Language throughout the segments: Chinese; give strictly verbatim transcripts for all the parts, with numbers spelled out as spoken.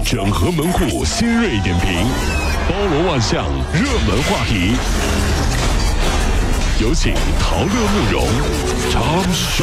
整合门户新锐点评，包罗万象，热门话题。有请陶乐慕容 Tom Show。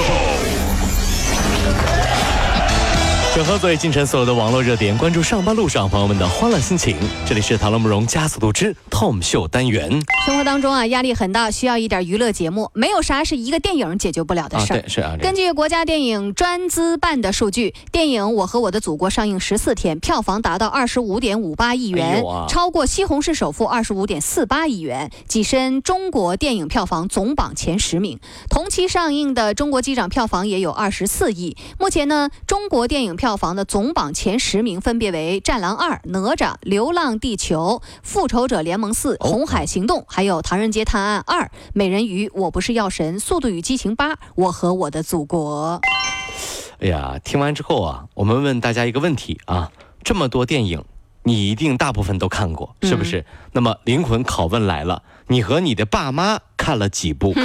整合最近城所有的网络热点，关注上班路上朋友们的欢乐心情。这里是陶乐慕容加速度之 Tom 秀单元。 生活当中啊，压力很大，需要一点娱乐节目，没有啥是一个电影解决不了的事儿。 啊，对，是啊。 根据国家电影专资办的数据，电影《我和我的祖国》上映十四天，票房达到二十五点五八亿元， 哎啊、 超过《西红柿首富》二十五点四八亿元，跻身中国电影票房总榜前十名。同期上映的《中国机长》票房也有二十四亿。目前呢，中国电影票房的总榜前十名分别为《战狼二》、《哪吒》、《流浪地球》、《复仇者联盟四》、《红海行动》，还有《唐人街探案二》、《美人鱼》、《我不是药神》、《速度与激情八》、《我和我的祖国》。 哎呀，听完之后啊，我们问大家一个问题啊，这么多电影，你一定大部分都看过，是不是？嗯、那么灵魂拷问来了，你和你的爸妈看了几部？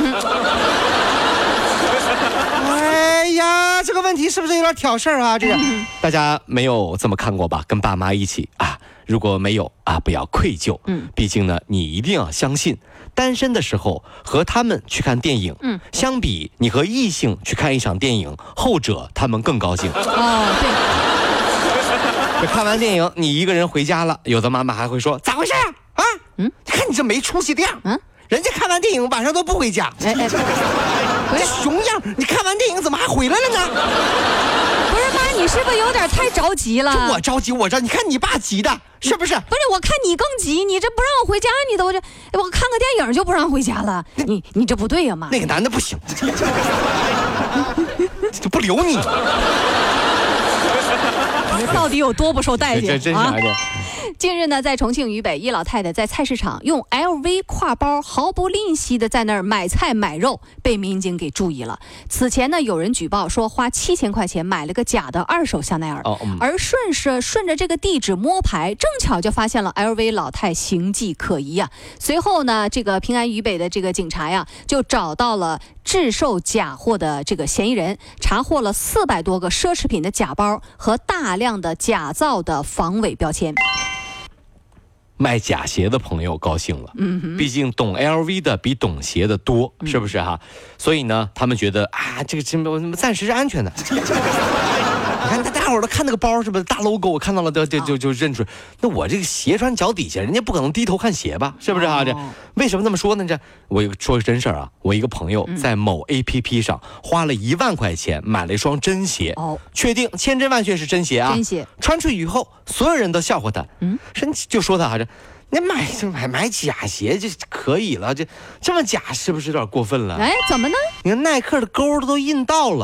哎呀，这个问题是不是有点挑事儿啊？这个、嗯、 大家没有这么看过吧？跟爸妈一起啊，如果没有啊，不要愧疚。嗯，毕竟呢，你一定要相信，单身的时候和他们去看电影，嗯，相比你和异性去看一场电影，后者他们更高兴。 哦， 对。看完电影，你一个人回家了，有的妈妈还会说：“咋回事啊？啊，嗯，你看你这没出息的样，嗯。”人家看完电影晚上都不回家，哎哎，这熊样！你看完电影怎么还回来了呢？ 不是妈，你是不是有点太着急了？ 我着急，我着急，你看你爸急的，是不是？ 不是，我看你更急，你这不让我回家，你都这，我看个电影就不让回家了，你你这不对呀、啊，妈。 那个男的不行，就不留你。 你到底有多不受待见？ 这真是啊！ 近日呢，在重庆渝北，一老太太在菜市场用 L V 挎包毫不吝惜的在那儿买菜买肉，被民警给注意了。此前呢，有人举报说花七千块钱买了个假的二手香奈儿，哦嗯、而顺着顺着这个地址摸排，正巧就发现了 L V 老太形迹可疑啊。随后呢，这个平安渝北的这个警察呀，就找到了制售假货的这个嫌疑人，查获了四百多个奢侈品的假包和大量的假造的防伪标签。 卖假鞋的朋友高兴了，嗯，毕竟懂 L V 的比懂鞋的多，是不是哈？嗯、所以呢，他们觉得啊，这个真暂时是安全的。你看，大伙儿都看那个包是不是大 logo， 我看到了就就就就认出来。那我这个鞋穿脚底下，人家不可能低头看鞋吧？是不是啊？这为什么这么说呢？这我说个真事儿啊，我一个朋友在某 A P P 上花了一万块钱买了一双真鞋，哦，确定千真万确是真鞋啊， 真鞋。 穿出以后，所有人都笑话他，嗯，就说他这。你买就买买假鞋就可以了，这这么假是不是有点过分了？ 哎，怎么呢？ 你看耐克的勾都印到了。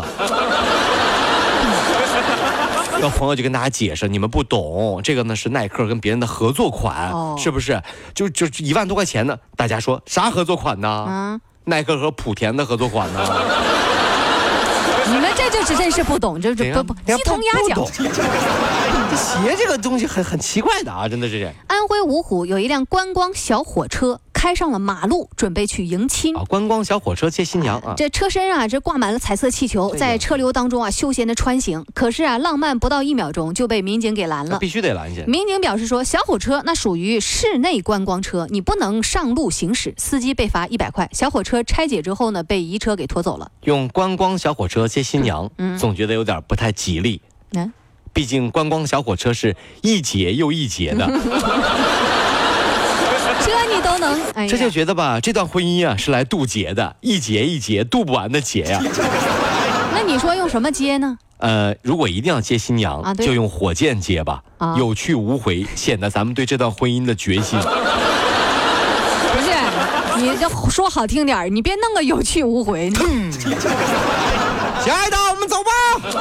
有朋友就跟大家解释，你们不懂，这个呢是耐克跟别人的合作款，哦、是不是？就就一万多块钱呢？大家说啥合作款呢？嗯，耐克和莆田的合作款呢？ 你们这就真是不懂，就是不不鸡同鸭讲。 这鞋这个东西很很奇怪的啊，真的是。 安徽芜湖有一辆观光小火车开上了马路，准备去迎亲啊！观光小火车接新娘啊！ 这车身啊，这挂满了彩色气球，在车流当中啊，休闲的穿行。可是啊，浪漫不到一秒钟就被民警给拦了， 必须得拦下。 民警表示说，小火车那属于室内观光车，你不能上路行驶。司机被罚一百块。小火车拆解之后呢，被移车给拖走了。 用观光小火车接新娘，嗯，总觉得有点不太吉利。嗯，毕竟观光小火车是一节又一节的。 这你都能，哎、 这就觉得吧，这段婚姻啊是来渡劫的，一节一节渡不完的劫呀、 啊。那你说用什么接呢？ 呃，如果一定要接新娘，啊、就用火箭接吧，啊、有去无回，显得咱们对这段婚姻的决心。 不是，你这说好听点，你别弄个有去无回。 嗯、亲爱的，我们走吧。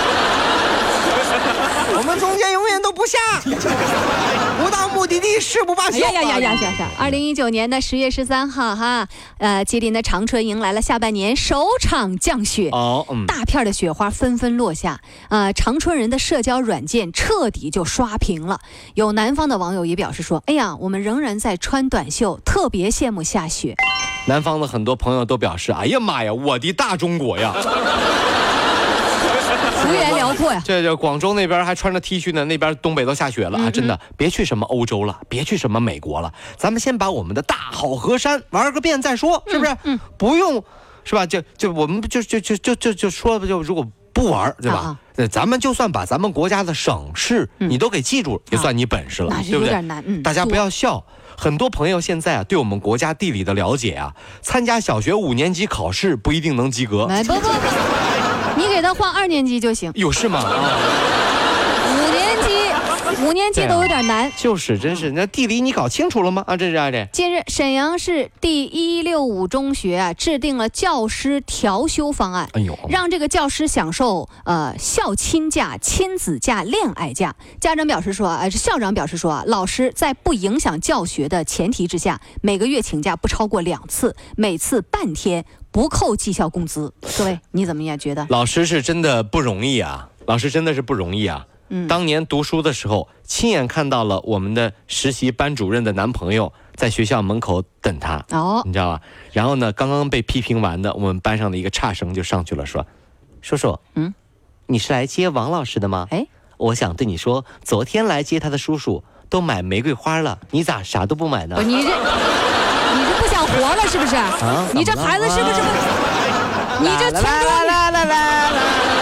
我们中间永远都不下，不到目的地誓不罢休。 呀呀呀呀呀！二零一九年的十月十三号，哈，呃，吉林的长春迎来了下半年首场降雪，哦，嗯，大片的雪花纷纷落下，呃，长春人的社交软件彻底就刷屏了。有南方的网友也表示说：“哎呀，我们仍然在穿短袖，特别羡慕下雪。” 南方的很多朋友都表示：“哎呀妈呀，我的大中国呀！” 幅员辽阔呀。 这这广州那边还穿着 T 恤呢，那边东北都下雪了啊！ 嗯嗯真的，别去什么欧洲了，别去什么美国了，咱们先把我们的大好河山玩个遍再说，是不是？ 嗯， 不用，是吧？就就我们就就就就就就说就如果不玩，对吧？那、啊、咱们就算把咱们国家的省市、嗯、你都给记住，也算你本事了， 啊、 对不对？ 有点难，嗯， 大家不要笑。很多朋友现在啊，对我们国家地理的了解啊，参加小学五年级考试不一定能及格。 哎，不不不，你给他换二年级就行。 有是吗？啊， 五年级，五年级都有点难。 啊、就是，真是，那地理你搞清楚了吗？啊，这是啊这。 近日，沈阳市第一六五中学啊，制定了教师调休方案， 哎呦， 让这个教师享受呃校亲假、亲子假、恋爱假。家长表示说，呃，校长表示说啊，老师在不影响教学的前提之下，每个月请假不超过两次，每次半天，不扣绩效工资。各位，你怎么也觉得？ 老师是真的不容易啊，老师真的是不容易啊。嗯，当年读书的时候，亲眼看到了我们的实习班主任的男朋友在学校门口等他。哦，你知道吧？然后呢，刚刚被批评完的，我们班上的一个差生就上去了，说：“叔叔，嗯，你是来接王老师的吗？哎，我想对你说，昨天来接他的叔叔都买玫瑰花了，你咋啥都不买呢？” 你这，你这不想活了是不是？啊，你这孩子是不是不？你这从中啦啦啦啦。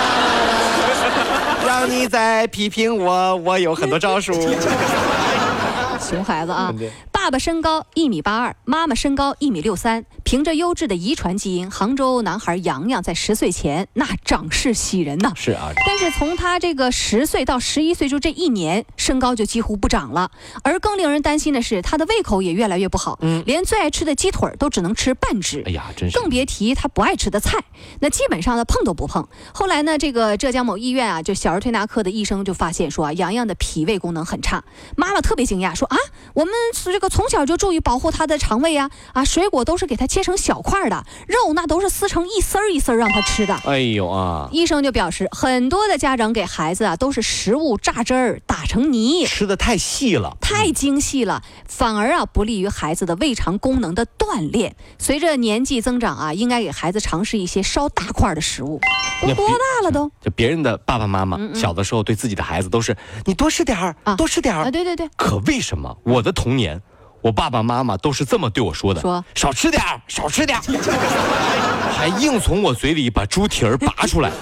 让你再批评我，我有很多招数。 熊孩子啊！爸爸身高一米八二，妈妈身高一米六三。凭着优质的遗传基因，杭州男孩洋洋在十岁前那长势喜人呐。 是啊。 但是从他这个十岁到十一岁，就这一年，身高就几乎不长了。而更令人担心的是，他的胃口也越来越不好，嗯，连最爱吃的鸡腿都只能吃半只。 哎呀，真是。 更别提他不爱吃的菜，那基本上呢碰都不碰。后来呢，这个浙江某医院啊，就小儿推拿科的医生就发现说啊，洋洋的脾胃功能很差。妈妈特别惊讶，说啊，我们这个从小就注意保护他的肠胃呀，啊，水果都是给他切成小块的，肉那都是撕成一丝儿一丝儿让他吃的。 哎呦啊！ 医生就表示，很多的家长给孩子啊都是食物榨汁儿打成泥， 吃的太细了， 太精细了，反而啊不利于孩子的胃肠功能的锻炼。随着年纪增长啊，应该给孩子尝试一些稍大块的食物。都多大了都？ 就别人的爸爸妈妈嗯嗯小的时候对自己的孩子都是你多吃点儿啊，多吃点儿啊， 对对对。 可为什么我的童年？我爸爸妈妈都是这么对我说的， 说少吃点儿，少吃点儿，还硬从我嘴里把猪蹄儿拔出来。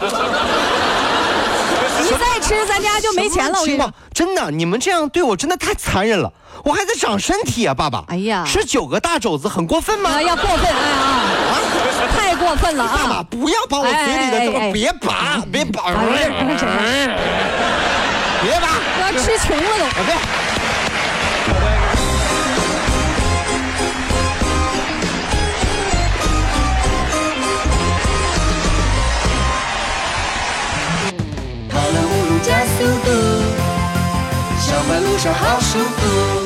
你再吃，咱家就没钱了。我跟你说， 真的，你们这样对我真的太残忍了。我还在长身体啊，爸爸。 哎呀， 吃九个大肘子很过分吗？ 哎呀，过分！哎呀，啊，太过分了啊！ 爸爸，不要把我嘴里的这么，别拔，别拔，别拔， 我要吃穷了都。 别。 跑了五路加速度，上班路上好舒服。